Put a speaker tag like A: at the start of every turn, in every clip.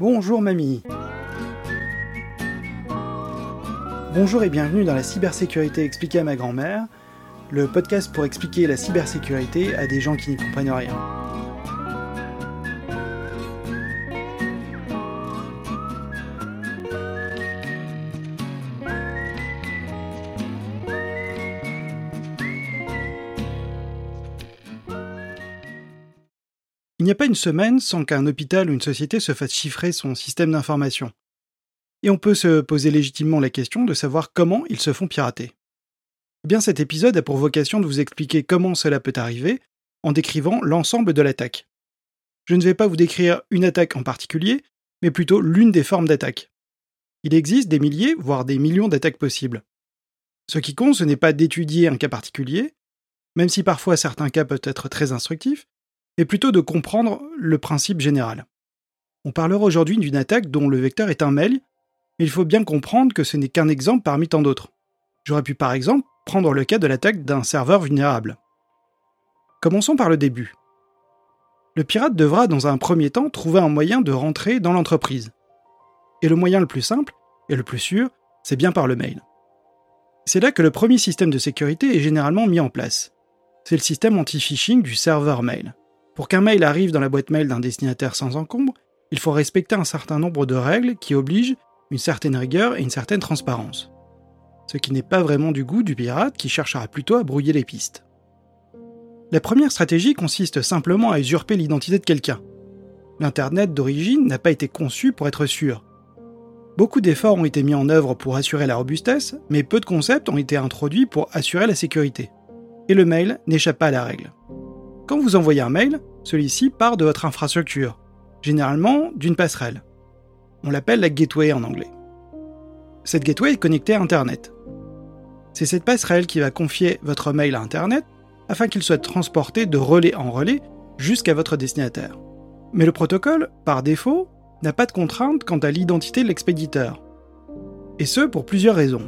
A: Bonjour mamie. Bonjour et bienvenue dans la cybersécurité expliquée à ma grand-mère, le podcast pour expliquer la cybersécurité à des gens qui n'y comprennent rien. Il n'y a pas une semaine sans qu'un hôpital ou une société se fasse chiffrer son système d'information. Et on peut se poser légitimement la question de savoir comment ils se font pirater. Eh bien, cet épisode a pour vocation de vous expliquer comment cela peut arriver en décrivant l'ensemble de l'attaque. Je ne vais pas vous décrire une attaque en particulier, mais plutôt l'une des formes d'attaque. Il existe des milliers, voire des millions d'attaques possibles. Ce qui compte, ce n'est pas d'étudier un cas particulier, même si parfois certains cas peuvent être très instructifs, mais plutôt de comprendre le principe général. On parlera aujourd'hui d'une attaque dont le vecteur est un mail, mais il faut bien comprendre que ce n'est qu'un exemple parmi tant d'autres. J'aurais pu par exemple prendre le cas de l'attaque d'un serveur vulnérable. Commençons par le début. Le pirate devra dans un premier temps trouver un moyen de rentrer dans l'entreprise. Et le moyen le plus simple, et le plus sûr, c'est bien par le mail. C'est là que le premier système de sécurité est généralement mis en place. C'est le système anti-phishing du serveur mail. Pour qu'un mail arrive dans la boîte mail d'un destinataire sans encombre, il faut respecter un certain nombre de règles qui obligent une certaine rigueur et une certaine transparence. Ce qui n'est pas vraiment du goût du pirate qui cherchera plutôt à brouiller les pistes. La première stratégie consiste simplement à usurper l'identité de quelqu'un. L'Internet d'origine n'a pas été conçu pour être sûr. Beaucoup d'efforts ont été mis en œuvre pour assurer la robustesse, mais peu de concepts ont été introduits pour assurer la sécurité. Et le mail n'échappe pas à la règle. Quand vous envoyez un mail, celui-ci part de votre infrastructure, généralement d'une passerelle. On l'appelle la gateway en anglais. Cette gateway est connectée à Internet. C'est cette passerelle qui va confier votre mail à Internet afin qu'il soit transporté de relais en relais jusqu'à votre destinataire. Mais le protocole, par défaut, n'a pas de contrainte quant à l'identité de l'expéditeur. Et ce, pour plusieurs raisons.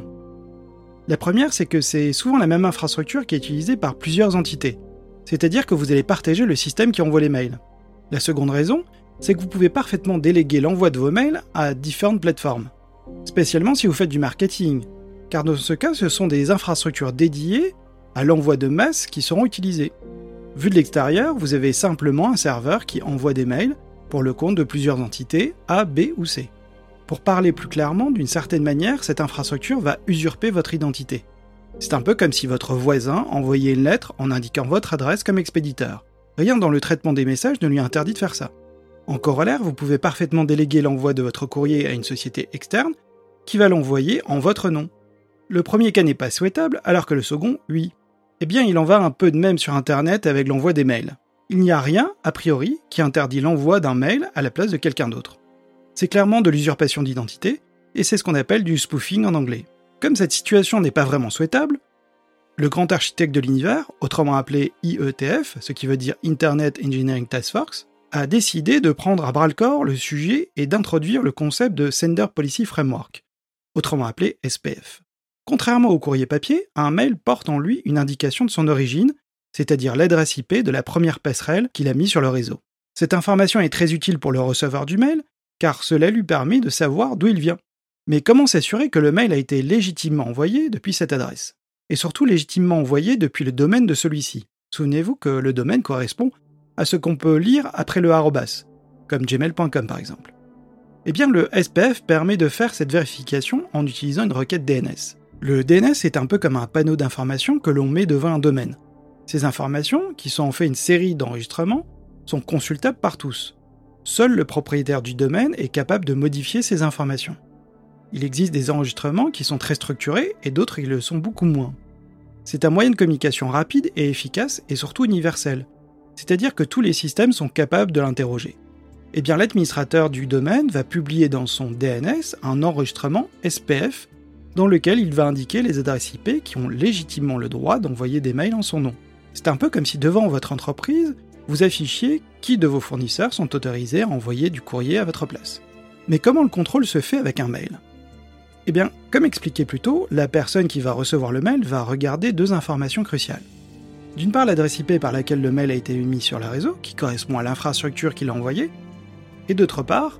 A: La première, c'est que c'est souvent la même infrastructure qui est utilisée par plusieurs entités. C'est-à-dire que vous allez partager le système qui envoie les mails. La seconde raison, c'est que vous pouvez parfaitement déléguer l'envoi de vos mails à différentes plateformes. Spécialement si vous faites du marketing, car dans ce cas, ce sont des infrastructures dédiées à l'envoi de masse qui seront utilisées. Vu de l'extérieur, vous avez simplement un serveur qui envoie des mails pour le compte de plusieurs entités, A, B ou C. Pour parler plus clairement, d'une certaine manière, cette infrastructure va usurper votre identité. C'est un peu comme si votre voisin envoyait une lettre en indiquant votre adresse comme expéditeur. Rien dans le traitement des messages ne lui interdit de faire ça. En corollaire, vous pouvez parfaitement déléguer l'envoi de votre courrier à une société externe qui va l'envoyer en votre nom. Le premier cas n'est pas souhaitable, alors que le second, oui. Eh bien, il en va un peu de même sur Internet avec l'envoi des mails. Il n'y a rien, a priori, qui interdit l'envoi d'un mail à la place de quelqu'un d'autre. C'est clairement de l'usurpation d'identité, et c'est ce qu'on appelle du spoofing en anglais. Comme cette situation n'est pas vraiment souhaitable, le grand architecte de l'univers, autrement appelé IETF, ce qui veut dire Internet Engineering Task Force, a décidé de prendre à bras-le-corps le sujet et d'introduire le concept de Sender Policy Framework, autrement appelé SPF. Contrairement au courrier papier, un mail porte en lui une indication de son origine, c'est-à-dire l'adresse IP de la première passerelle qu'il a mis sur le réseau. Cette information est très utile pour le receveur du mail, car cela lui permet de savoir d'où il vient. Mais comment s'assurer que le mail a été légitimement envoyé depuis cette adresse ? Et surtout légitimement envoyé depuis le domaine de celui-ci. Souvenez-vous que le domaine correspond à ce qu'on peut lire après le arrobas, comme gmail.com par exemple. Eh bien, le SPF permet de faire cette vérification en utilisant une requête DNS. Le DNS est un peu comme un panneau d'informations que l'on met devant un domaine. Ces informations, qui sont en fait une série d'enregistrements, sont consultables par tous. Seul le propriétaire du domaine est capable de modifier ces informations. Il existe des enregistrements qui sont très structurés et d'autres qui le sont beaucoup moins. C'est un moyen de communication rapide et efficace et surtout universel. C'est-à-dire que tous les systèmes sont capables de l'interroger. Eh bien, l'administrateur du domaine va publier dans son DNS un enregistrement SPF dans lequel il va indiquer les adresses IP qui ont légitimement le droit d'envoyer des mails en son nom. C'est un peu comme si devant votre entreprise, vous affichiez qui de vos fournisseurs sont autorisés à envoyer du courrier à votre place. Mais comment le contrôle se fait avec un mail ? Eh bien, comme expliqué plus tôt, la personne qui va recevoir le mail va regarder deux informations cruciales. D'une part, l'adresse IP par laquelle le mail a été émis sur le réseau, qui correspond à l'infrastructure qu'il a envoyée, et d'autre part,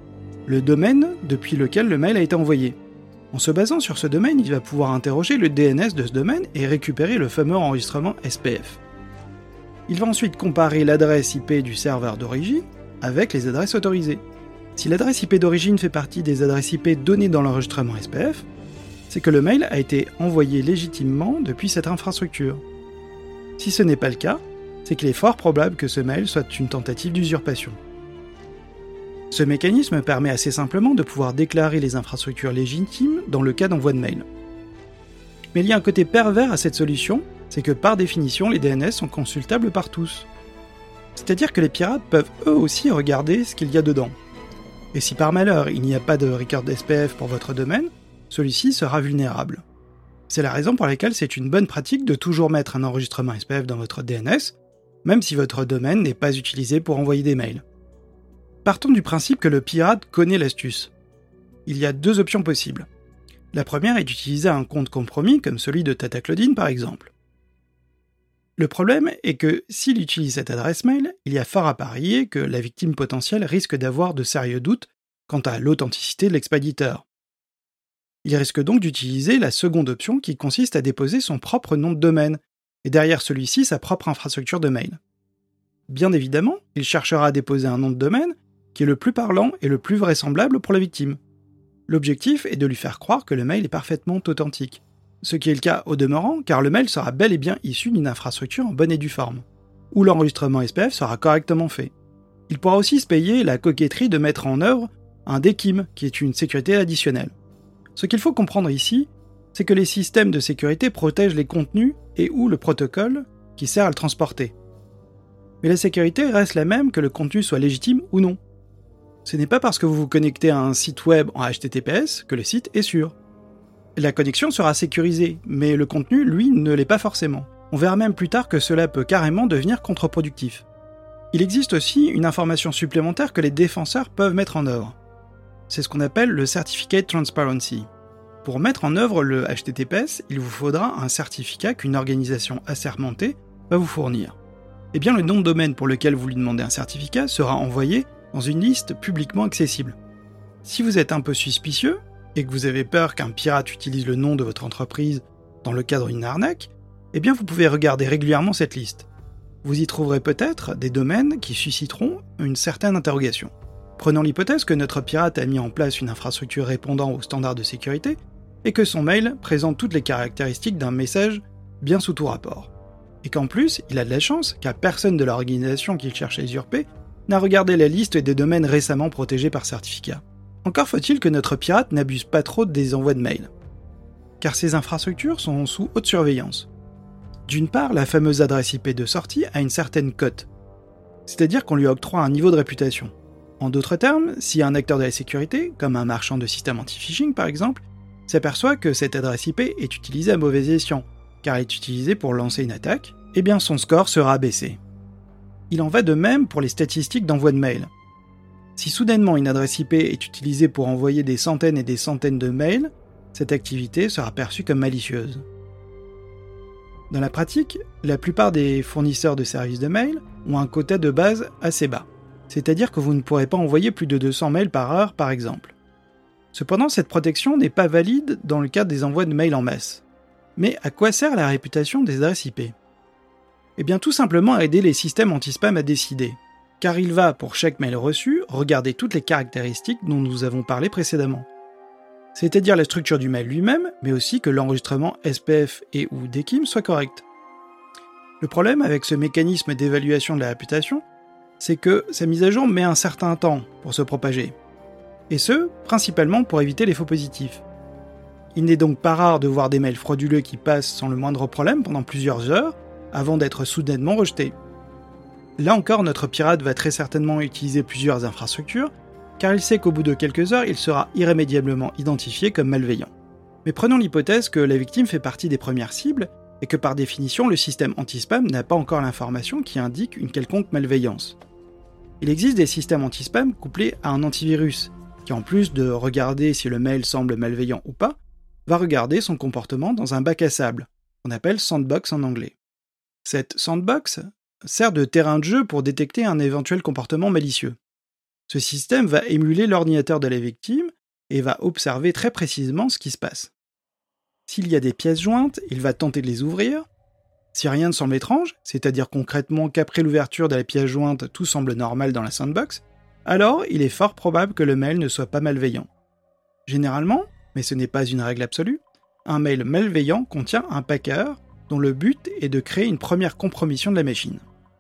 A: le domaine depuis lequel le mail a été envoyé. En se basant sur ce domaine, il va pouvoir interroger le DNS de ce domaine et récupérer le fameux enregistrement SPF. Il va ensuite comparer l'adresse IP du serveur d'origine avec les adresses autorisées. Si l'adresse IP d'origine fait partie des adresses IP données dans l'enregistrement SPF, c'est que le mail a été envoyé légitimement depuis cette infrastructure. Si ce n'est pas le cas, c'est qu'il est fort probable que ce mail soit une tentative d'usurpation. Ce mécanisme permet assez simplement de pouvoir déclarer les infrastructures légitimes dans le cas d'envoi de mail. Mais il y a un côté pervers à cette solution, c'est que par définition, les DNS sont consultables par tous. C'est-à-dire que les pirates peuvent eux aussi regarder ce qu'il y a dedans. Et si par malheur il n'y a pas de record SPF pour votre domaine, celui-ci sera vulnérable. C'est la raison pour laquelle c'est une bonne pratique de toujours mettre un enregistrement SPF dans votre DNS, même si votre domaine n'est pas utilisé pour envoyer des mails. Partons du principe que le pirate connaît l'astuce. Il y a deux options possibles. La première est d'utiliser un compte compromis comme celui de Tata Claudine par exemple. Le problème est que s'il utilise cette adresse mail, il y a fort à parier que la victime potentielle risque d'avoir de sérieux doutes quant à l'authenticité de l'expéditeur. Il risque donc d'utiliser la seconde option qui consiste à déposer son propre nom de domaine, et derrière celui-ci sa propre infrastructure de mail. Bien évidemment, il cherchera à déposer un nom de domaine qui est le plus parlant et le plus vraisemblable pour la victime. L'objectif est de lui faire croire que le mail est parfaitement authentique, ce qui est le cas au demeurant car le mail sera bel et bien issu d'une infrastructure en bonne et due forme, où l'enregistrement SPF sera correctement fait. Il pourra aussi se payer la coquetterie de mettre en œuvre un DKIM, qui est une sécurité additionnelle. Ce qu'il faut comprendre ici, c'est que les systèmes de sécurité protègent les contenus et ou le protocole qui sert à le transporter. Mais la sécurité reste la même que le contenu soit légitime ou non. Ce n'est pas parce que vous vous connectez à un site web en HTTPS que le site est sûr. La connexion sera sécurisée, mais le contenu, lui, ne l'est pas forcément. On verra même plus tard que cela peut carrément devenir contre-productif. Il existe aussi une information supplémentaire que les défenseurs peuvent mettre en œuvre. C'est ce qu'on appelle le Certificate Transparency. Pour mettre en œuvre le HTTPS, il vous faudra un certificat qu'une organisation assermentée va vous fournir. Eh bien, le nom de domaine pour lequel vous lui demandez un certificat sera envoyé dans une liste publiquement accessible. Si vous êtes un peu suspicieux, et que vous avez peur qu'un pirate utilise le nom de votre entreprise dans le cadre d'une arnaque, eh bien vous pouvez regarder régulièrement cette liste. Vous y trouverez peut-être des domaines qui susciteront une certaine interrogation. Prenons l'hypothèse que notre pirate a mis en place une infrastructure répondant aux standards de sécurité, et que son mail présente toutes les caractéristiques d'un message bien sous tout rapport. Et qu'en plus, il a de la chance, car personne de l'organisation qu'il cherche à usurper n'a regardé la liste des domaines récemment protégés par certificat. Encore faut-il que notre pirate n'abuse pas trop des envois de mails, car ces infrastructures sont sous haute surveillance. D'une part, la fameuse adresse IP de sortie a une certaine cote, c'est-à-dire qu'on lui octroie un niveau de réputation. En d'autres termes, si un acteur de la sécurité, comme un marchand de système anti-phishing par exemple, s'aperçoit que cette adresse IP est utilisée à mauvais escient, car elle est utilisée pour lancer une attaque, eh bien son score sera abaissé. Il en va de même pour les statistiques d'envoi de mails. Si soudainement une adresse IP est utilisée pour envoyer des centaines et des centaines de mails, cette activité sera perçue comme malicieuse. Dans la pratique, la plupart des fournisseurs de services de mail ont un quota de base assez bas, c'est-à-dire que vous ne pourrez pas envoyer plus de 200 mails par heure par exemple. Cependant, cette protection n'est pas valide dans le cas des envois de mails en masse. Mais à quoi sert la réputation des adresses IP ? Eh bien tout simplement à aider les systèmes anti-spam à décider, car il va, pour chaque mail reçu, regarder toutes les caractéristiques dont nous avons parlé précédemment. C'est-à-dire la structure du mail lui-même, mais aussi que l'enregistrement SPF et ou DKIM soit correct. Le problème avec ce mécanisme d'évaluation de la réputation, c'est que sa mise à jour met un certain temps pour se propager. Et ce, principalement pour éviter les faux positifs. Il n'est donc pas rare de voir des mails frauduleux qui passent sans le moindre problème pendant plusieurs heures, avant d'être soudainement rejetés. Là encore, notre pirate va très certainement utiliser plusieurs infrastructures, car il sait qu'au bout de quelques heures, il sera irrémédiablement identifié comme malveillant. Mais prenons l'hypothèse que la victime fait partie des premières cibles, et que par définition, le système anti-spam n'a pas encore l'information qui indique une quelconque malveillance. Il existe des systèmes anti-spam couplés à un antivirus, qui en plus de regarder si le mail semble malveillant ou pas, va regarder son comportement dans un bac à sable, qu'on appelle sandbox en anglais. Cette sandbox sert de terrain de jeu pour détecter un éventuel comportement malicieux. Ce système va émuler l'ordinateur de la victime et va observer très précisément ce qui se passe. S'il y a des pièces jointes, il va tenter de les ouvrir. Si rien ne semble étrange, c'est-à-dire concrètement qu'après l'ouverture de la pièce jointe, tout semble normal dans la sandbox, alors il est fort probable que le mail ne soit pas malveillant. Généralement, mais ce n'est pas une règle absolue, un mail malveillant contient un packer dont le but est de créer une première compromission de la machine.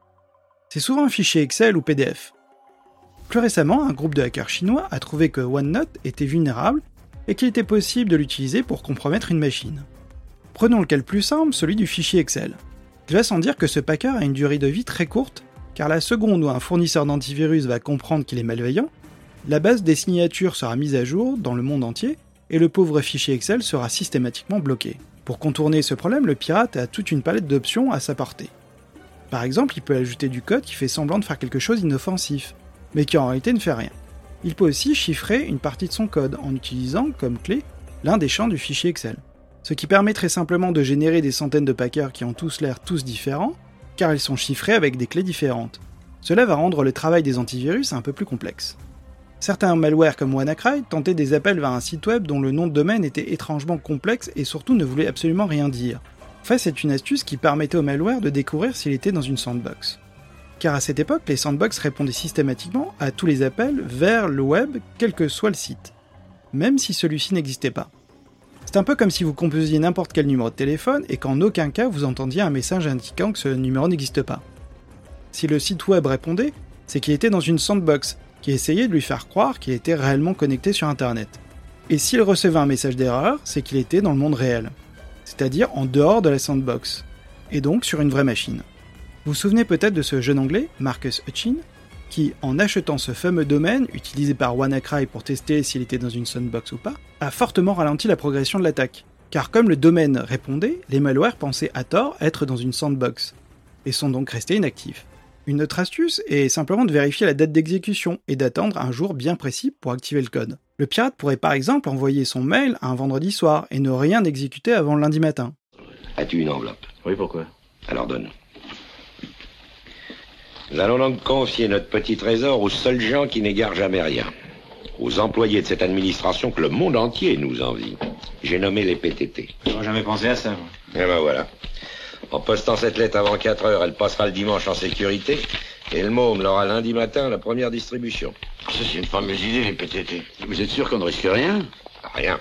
A: C'est souvent un fichier Excel ou PDF. Plus récemment, un groupe de hackers chinois a trouvé que OneNote était vulnérable et qu'il était possible de l'utiliser pour compromettre une machine. Prenons le cas le plus simple, celui du fichier Excel. Il va sans dire que ce packer a une durée de vie très courte, car la seconde où un fournisseur d'antivirus va comprendre qu'il est malveillant, la base des signatures sera mise à jour dans le monde entier et le pauvre fichier Excel sera systématiquement bloqué. Pour contourner ce problème, le pirate a toute une palette d'options à sa portée. Par exemple, il peut ajouter du code qui fait semblant de faire quelque chose d'inoffensif, mais qui en réalité ne fait rien. Il peut aussi chiffrer une partie de son code en utilisant comme clé l'un des champs du fichier Excel. Ce qui permet très simplement de générer des centaines de packers qui ont tous l'air différents, car ils sont chiffrés avec des clés différentes. Cela va rendre le travail des antivirus un peu plus complexe. Certains malwares comme WannaCry tentaient des appels vers un site web dont le nom de domaine était étrangement complexe et surtout ne voulait absolument rien dire. En fait, c'est une astuce qui permettait au malware de découvrir s'il était dans une sandbox. Car à cette époque, les sandbox répondaient systématiquement à tous les appels vers le web, quel que soit le site, même si celui-ci n'existait pas. C'est un peu comme si vous composiez n'importe quel numéro de téléphone et qu'en aucun cas vous entendiez un message indiquant que ce numéro n'existe pas. Si le site web répondait, c'est qu'il était dans une sandbox, qui essayait de lui faire croire qu'il était réellement connecté sur Internet. Et s'il recevait un message d'erreur, c'est qu'il était dans le monde réel, c'est-à-dire en dehors de la sandbox, et donc sur une vraie machine. Vous vous souvenez peut-être de ce jeune anglais, Marcus Hutchin, qui, en achetant ce fameux domaine, utilisé par WannaCry pour tester s'il était dans une sandbox ou pas, a fortement ralenti la progression de l'attaque. Car comme le domaine répondait, les malwares pensaient à tort être dans une sandbox, et sont donc restés inactifs. Une autre astuce est simplement de vérifier la date d'exécution et d'attendre un jour bien précis pour activer le code. Le pirate pourrait par exemple envoyer son mail un vendredi soir et ne rien exécuter avant le lundi matin.
B: As-tu une enveloppe?
C: Oui, pourquoi?
B: Alors donne. Nous allons donc confier notre petit trésor aux seuls gens qui n'égarent jamais rien. Aux employés de cette administration que le monde entier nous envie. J'ai nommé les PTT.
C: J'aurais jamais pensé à ça, moi.
B: Et ben voilà. En postant cette lettre avant 4 heures, elle passera le dimanche en sécurité. Et le môme l'aura lundi matin, la première distribution.
D: Ça, c'est une fameuse idée, les PTT. Vous êtes sûr qu'on ne risque rien?
B: Rien.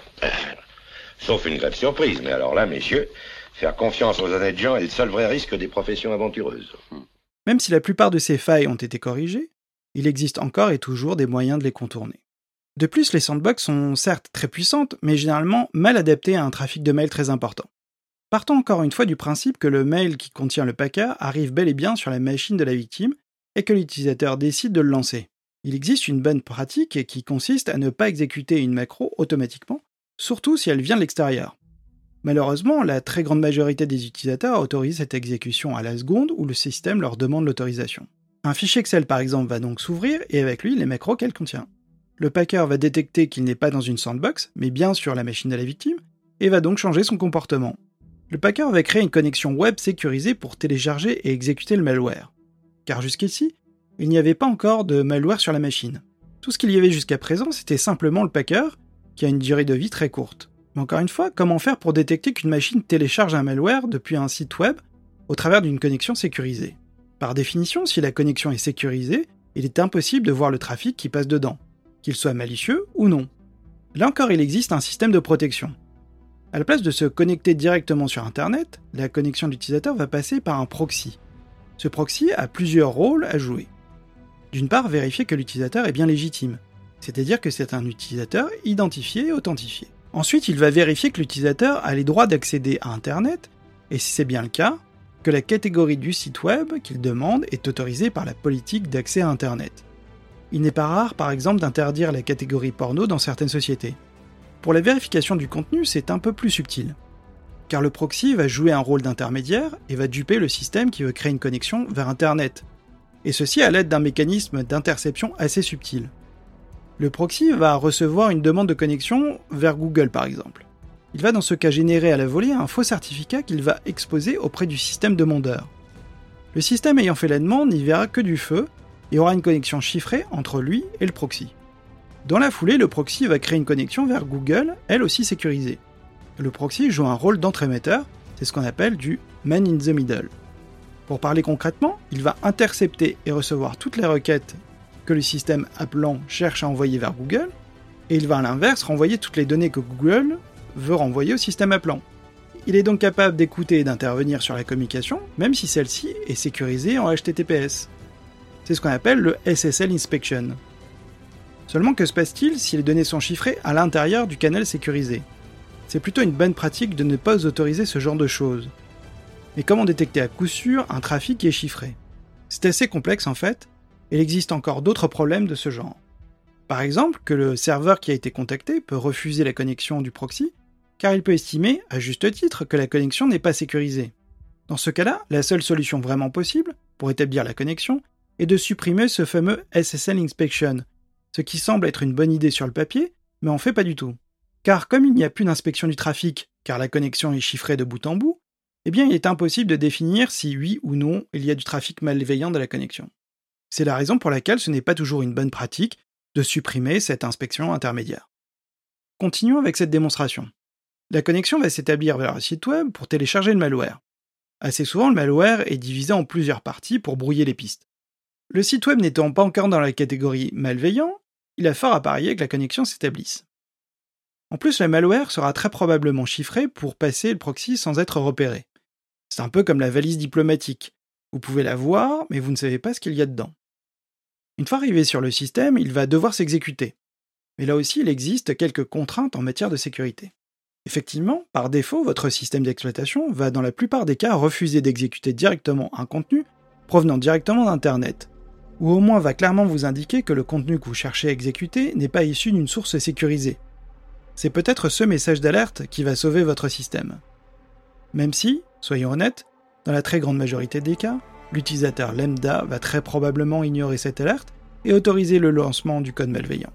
B: Sauf une grève surprise. Mais alors là, messieurs, faire confiance aux honnêtes gens est le seul vrai risque des professions aventureuses.
A: Même si la plupart de ces failles ont été corrigées, il existe encore et toujours des moyens de les contourner. De plus, les sandbox sont certes très puissantes, mais généralement mal adaptées à un trafic de mails très important. Partons encore une fois du principe que le mail qui contient le packer arrive bel et bien sur la machine de la victime et que l'utilisateur décide de le lancer. Il existe une bonne pratique qui consiste à ne pas exécuter une macro automatiquement, surtout si elle vient de l'extérieur. Malheureusement, la très grande majorité des utilisateurs autorisent cette exécution à la seconde où le système leur demande l'autorisation. Un fichier Excel par exemple va donc s'ouvrir et avec lui les macros qu'elle contient. Le packer va détecter qu'il n'est pas dans une sandbox, mais bien sur la machine de la victime, et va donc changer son comportement. Le packer va créer une connexion web sécurisée pour télécharger et exécuter le malware. Car jusqu'ici, il n'y avait pas encore de malware sur la machine. Tout ce qu'il y avait jusqu'à présent, c'était simplement le packer, qui a une durée de vie très courte. Mais encore une fois, comment faire pour détecter qu'une machine télécharge un malware depuis un site web au travers d'une connexion sécurisée? Par définition, si la connexion est sécurisée, il est impossible de voir le trafic qui passe dedans, qu'il soit malicieux ou non. Là encore, il existe un système de protection. À la place de se connecter directement sur Internet, la connexion de l'utilisateur va passer par un proxy. Ce proxy a plusieurs rôles à jouer. D'une part, vérifier que l'utilisateur est bien légitime, c'est-à-dire que c'est un utilisateur identifié et authentifié. Ensuite, il va vérifier que l'utilisateur a les droits d'accéder à Internet, et si c'est bien le cas, que la catégorie du site web qu'il demande est autorisée par la politique d'accès à Internet. Il n'est pas rare, par exemple, d'interdire la catégorie porno dans certaines sociétés. Pour la vérification du contenu, c'est un peu plus subtil, car le proxy va jouer un rôle d'intermédiaire et va duper le système qui veut créer une connexion vers Internet, et ceci à l'aide d'un mécanisme d'interception assez subtil. Le proxy va recevoir une demande de connexion vers Google par exemple. Il va dans ce cas générer à la volée un faux certificat qu'il va exposer auprès du système demandeur. Le système ayant fait la demande n'y verra que du feu, il y aura une connexion chiffrée entre lui et le proxy. Dans la foulée, le proxy va créer une connexion vers Google, elle aussi sécurisée. Le proxy joue un rôle d'entremetteur, c'est ce qu'on appelle du man in the middle. Pour parler concrètement, il va intercepter et recevoir toutes les requêtes que le système appelant cherche à envoyer vers Google, et il va à l'inverse renvoyer toutes les données que Google veut renvoyer au système appelant. Il est donc capable d'écouter et d'intervenir sur la communication, même si celle-ci est sécurisée en HTTPS. C'est ce qu'on appelle le SSL inspection. Seulement que se passe-t-il si les données sont chiffrées à l'intérieur du canal sécurisé ? C'est plutôt une bonne pratique de ne pas autoriser ce genre de choses. Mais comment détecter à coup sûr un trafic qui est chiffré ? C'est assez complexe en fait, et il existe encore d'autres problèmes de ce genre. Par exemple, que le serveur qui a été contacté peut refuser la connexion du proxy, car il peut estimer, à juste titre, que la connexion n'est pas sécurisée. Dans ce cas-là, la seule solution vraiment possible, pour établir la connexion, est de supprimer ce fameux SSL inspection, ce qui semble être une bonne idée sur le papier, mais en fait pas du tout. Car comme il n'y a plus d'inspection du trafic, car la connexion est chiffrée de bout en bout, eh bien il est impossible de définir si oui ou non il y a du trafic malveillant de la connexion. C'est la raison pour laquelle ce n'est pas toujours une bonne pratique de supprimer cette inspection intermédiaire. Continuons avec cette démonstration. La connexion va s'établir vers un site web pour télécharger le malware. Assez souvent, le malware est divisé en plusieurs parties pour brouiller les pistes. Le site web n'étant pas encore dans la catégorie malveillant, il a fort à parier que la connexion s'établisse. En plus, le malware sera très probablement chiffré pour passer le proxy sans être repéré. C'est un peu comme la valise diplomatique. Vous pouvez la voir, mais vous ne savez pas ce qu'il y a dedans. Une fois arrivé sur le système, il va devoir s'exécuter. Mais là aussi, il existe quelques contraintes en matière de sécurité. Effectivement, par défaut, votre système d'exploitation va dans la plupart des cas refuser d'exécuter directement un contenu provenant directement d'Internet, ou au moins va clairement vous indiquer que le contenu que vous cherchez à exécuter n'est pas issu d'une source sécurisée. C'est peut-être ce message d'alerte qui va sauver votre système. Même si, soyons honnêtes, dans la très grande majorité des cas, l'utilisateur lambda va très probablement ignorer cette alerte et autoriser le lancement du code malveillant.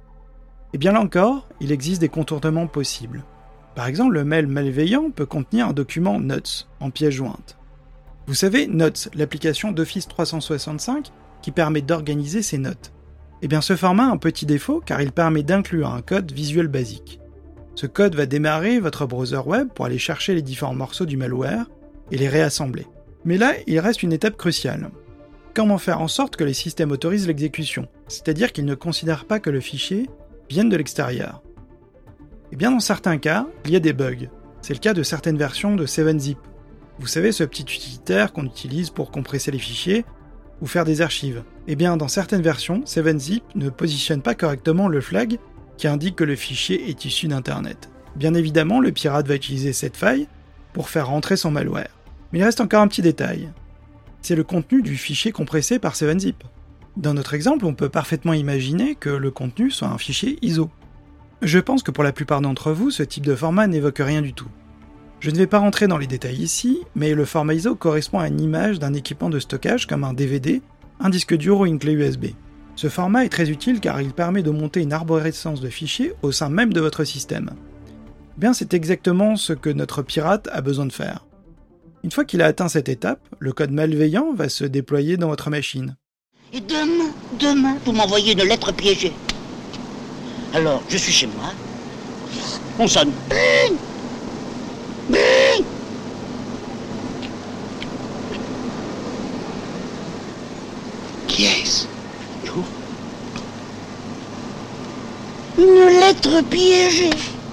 A: Et bien là encore, il existe des contournements possibles. Par exemple, le mail malveillant peut contenir un document Notes, en pièce jointe. Vous savez, Notes, l'application d'Office 365 qui permet d'organiser ses notes. Eh bien ce format a un petit défaut car il permet d'inclure un code visuel basique. Ce code va démarrer votre browser web pour aller chercher les différents morceaux du malware et les réassembler. Mais là, il reste une étape cruciale. Comment faire en sorte que les systèmes autorisent l'exécution, c'est-à-dire qu'ils ne considèrent pas que le fichier vienne de l'extérieur. Eh bien dans certains cas, il y a des bugs. C'est le cas de certaines versions de 7-Zip. Vous savez, ce petit utilitaire qu'on utilise pour compresser les fichiers ou faire des archives. Eh bien dans certaines versions, 7-Zip ne positionne pas correctement le flag qui indique que le fichier est issu d'Internet. Bien évidemment, le pirate va utiliser cette faille pour faire rentrer son malware. Mais il reste encore un petit détail. C'est le contenu du fichier compressé par 7-Zip. Dans notre exemple, on peut parfaitement imaginer que le contenu soit un fichier ISO. Je pense que pour la plupart d'entre vous, ce type de format n'évoque rien du tout. Je ne vais pas rentrer dans les détails ici, mais le format ISO correspond à une image d'un équipement de stockage comme un DVD, un disque dur ou une clé USB. Ce format est très utile car il permet de monter une arborescence de fichiers au sein même de votre système. Bien, c'est exactement ce que notre pirate a besoin de faire. Une fois qu'il a atteint cette étape, le code malveillant va se déployer dans votre machine.
C: Et demain, vous m'envoyez une lettre piégée. Alors, je suis chez moi. On sonne. Bing! Bing! Qui est-ce? Une lettre piégée.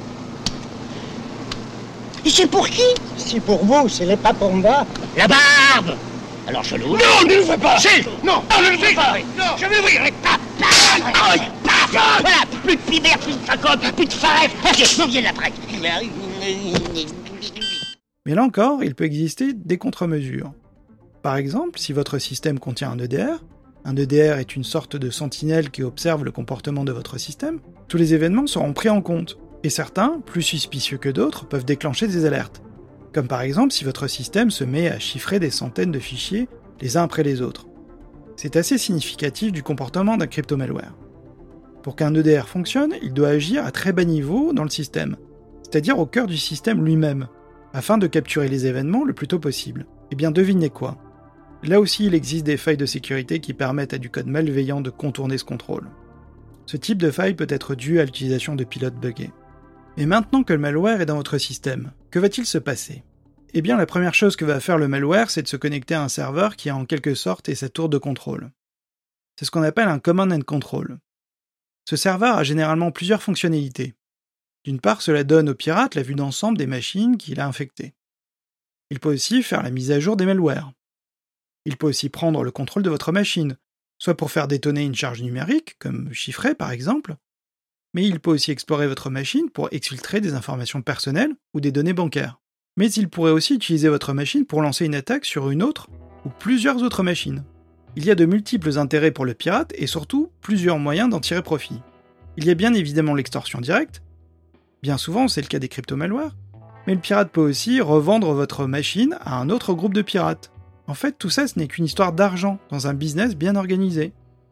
C: Et c'est pour qui?
E: C'est pour vous, ce n'est pas pour moi.
C: La barbe! Alors je l'ouvre.
E: Non, ne le fais pas.
C: Si!
E: Non,
C: je le fais pas!
E: non.
C: Je vais ouvrir. Voilà, plus de pibère, plus de sacotte, plus de faref. Non, viens après.
A: Mais là encore, il peut exister des contre-mesures. Par exemple, si votre système contient un EDR est une sorte de sentinelle qui observe le comportement de votre système, tous les événements seront pris en compte, et certains, plus suspicieux que d'autres, peuvent déclencher des alertes. Comme par exemple si votre système se met à chiffrer des centaines de fichiers les uns après les autres. C'est assez significatif du comportement d'un crypto-malware. Pour qu'un EDR fonctionne, il doit agir à très bas niveau dans le système, c'est-à-dire au cœur du système lui-même, afin de capturer les événements le plus tôt possible. Eh bien devinez quoi? Là aussi, il existe des failles de sécurité qui permettent à du code malveillant de contourner ce contrôle. Ce type de faille peut être dû à l'utilisation de pilotes buggés. Mais maintenant que le malware est dans votre système, que va-t-il se passer ? Eh bien, la première chose que va faire le malware, c'est de se connecter à un serveur qui en quelque sorte est sa tour de contrôle. C'est ce qu'on appelle un command and control. Ce serveur a généralement plusieurs fonctionnalités. D'une part, cela donne au pirate la vue d'ensemble des machines qu'il a infectées. Il peut aussi faire la mise à jour des malwares. Il peut aussi prendre le contrôle de votre machine, soit pour faire détonner une charge numérique, comme chiffrer par exemple, mais il peut aussi explorer votre machine pour exfiltrer des informations personnelles ou des données bancaires. Mais il pourrait aussi utiliser votre machine pour lancer une attaque sur une autre ou plusieurs autres machines. Il y a de multiples intérêts pour le pirate et surtout plusieurs moyens d'en tirer profit. Il y a bien évidemment l'extorsion directe, bien souvent c'est le cas des crypto-malwares, mais le pirate peut aussi revendre votre machine à un autre groupe de pirates. En fait, tout ça, ce n'est qu'une histoire d'argent dans un business bien organisé.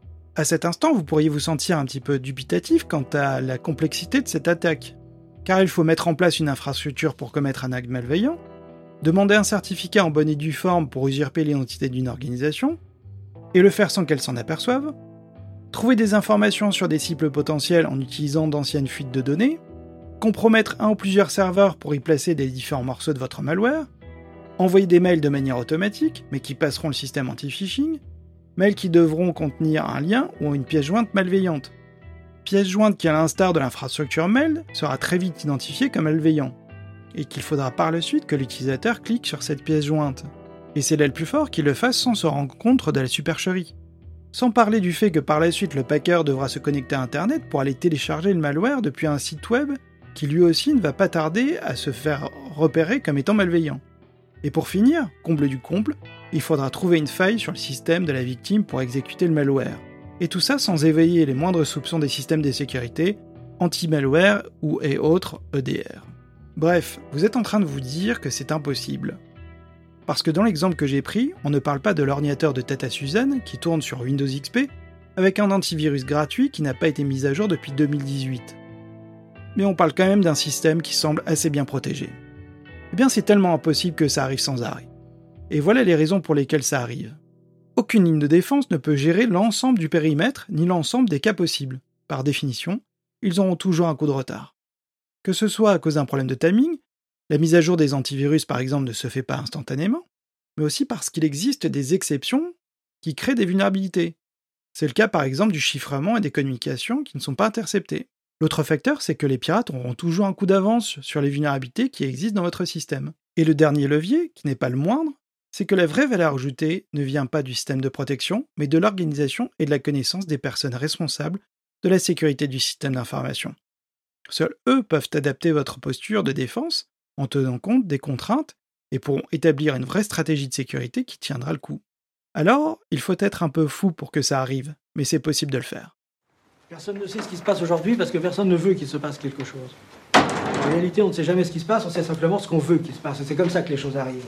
A: À cet instant, vous pourriez vous sentir un petit peu dubitatif quant à la complexité de cette attaque, car il faut mettre en place une infrastructure pour commettre un acte malveillant, demander un certificat en bonne et due forme pour usurper l'identité d'une organisation, et le faire sans qu'elle s'en aperçoive, trouver des informations sur des cibles potentielles en utilisant d'anciennes fuites de données, compromettre un ou plusieurs serveurs pour y placer des différents morceaux de votre malware, envoyer des mails de manière automatique, mais qui passeront le système anti-phishing, mails qui devront contenir un lien ou une pièce jointe malveillante. Pièce jointe qui, à l'instar de l'infrastructure mail, sera très vite identifiée comme malveillant, et qu'il faudra par la suite que l'utilisateur clique sur cette pièce jointe. Et c'est là le plus fort qu'il le fasse sans se rendre compte de la supercherie. Sans parler du fait que par la suite le packer devra se connecter à internet pour aller télécharger le malware depuis un site web qui lui aussi ne va pas tarder à se faire repérer comme étant malveillant. Et pour finir, comble du comble, il faudra trouver une faille sur le système de la victime pour exécuter le malware. Et tout ça sans éveiller les moindres soupçons des systèmes de sécurité, anti-malware ou et autres EDR. Bref, vous êtes en train de vous dire que c'est impossible. Parce que dans l'exemple que j'ai pris, on ne parle pas de l'ordinateur de Tata Suzanne qui tourne sur Windows XP avec un antivirus gratuit qui n'a pas été mis à jour depuis 2018. Mais on parle quand même d'un système qui semble assez bien protégé. Eh bien, c'est tellement impossible que ça arrive sans arrêt. Et voilà les raisons pour lesquelles ça arrive. Aucune ligne de défense ne peut gérer l'ensemble du périmètre, ni l'ensemble des cas possibles. Par définition, ils auront toujours un coup de retard. Que ce soit à cause d'un problème de timing, la mise à jour des antivirus par exemple ne se fait pas instantanément, mais aussi parce qu'il existe des exceptions qui créent des vulnérabilités. C'est le cas par exemple du chiffrement et des communications qui ne sont pas interceptées. L'autre facteur, c'est que les pirates auront toujours un coup d'avance sur les vulnérabilités qui existent dans votre système. Et le dernier levier, qui n'est pas le moindre, c'est que la vraie valeur ajoutée ne vient pas du système de protection, mais de l'organisation et de la connaissance des personnes responsables de la sécurité du système d'information. Seuls eux peuvent adapter votre posture de défense en tenant compte des contraintes et pourront établir une vraie stratégie de sécurité qui tiendra le coup. Alors, il faut être un peu fou pour que ça arrive, mais c'est possible de le faire.
E: Personne ne sait ce qui se passe aujourd'hui parce que personne ne veut qu'il se passe quelque chose. En réalité, on ne sait jamais ce qui se passe, on sait simplement ce qu'on veut qu'il se passe. Et c'est comme ça que les choses arrivent.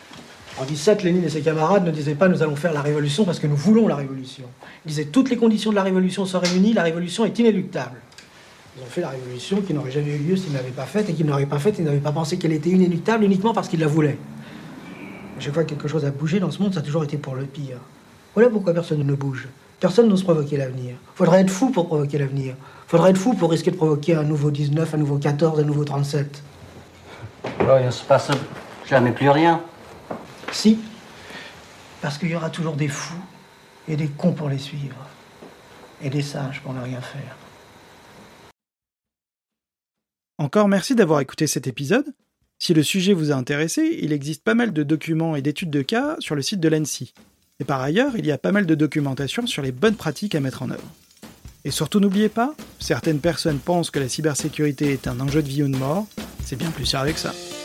E: En 17, Lénine et ses camarades ne disaient pas « nous allons faire la révolution parce que nous voulons la révolution ». Ils disaient « toutes les conditions de la révolution sont réunies, la révolution est inéluctable ». Ils ont fait la révolution qui n'aurait jamais eu lieu s'ils ne l'avaient pas faite et qu'ils n'auraient pas faite, ils n'avaient pas pensé qu'elle était inéluctable uniquement parce qu'ils la voulaient. À chaque fois que quelque chose a bougé dans ce monde, ça a toujours été pour le pire. Voilà pourquoi personne ne bouge. Personne n'ose provoquer l'avenir. Faudrait être fou pour provoquer l'avenir. Faudrait être fou pour risquer de provoquer un nouveau 19, un nouveau 14, un nouveau 37.
F: Alors, il ne se passe jamais plus rien.
E: Si. Parce qu'il y aura toujours des fous et des cons pour les suivre. Et des sages pour ne rien faire.
A: Encore merci d'avoir écouté cet épisode. Si le sujet vous a intéressé, il existe pas mal de documents et d'études de cas sur le site de l'ANSSI. Et par ailleurs, il y a pas mal de documentation sur les bonnes pratiques à mettre en œuvre. Et surtout n'oubliez pas, certaines personnes pensent que la cybersécurité est un enjeu de vie ou de mort, c'est bien plus sérieux que ça.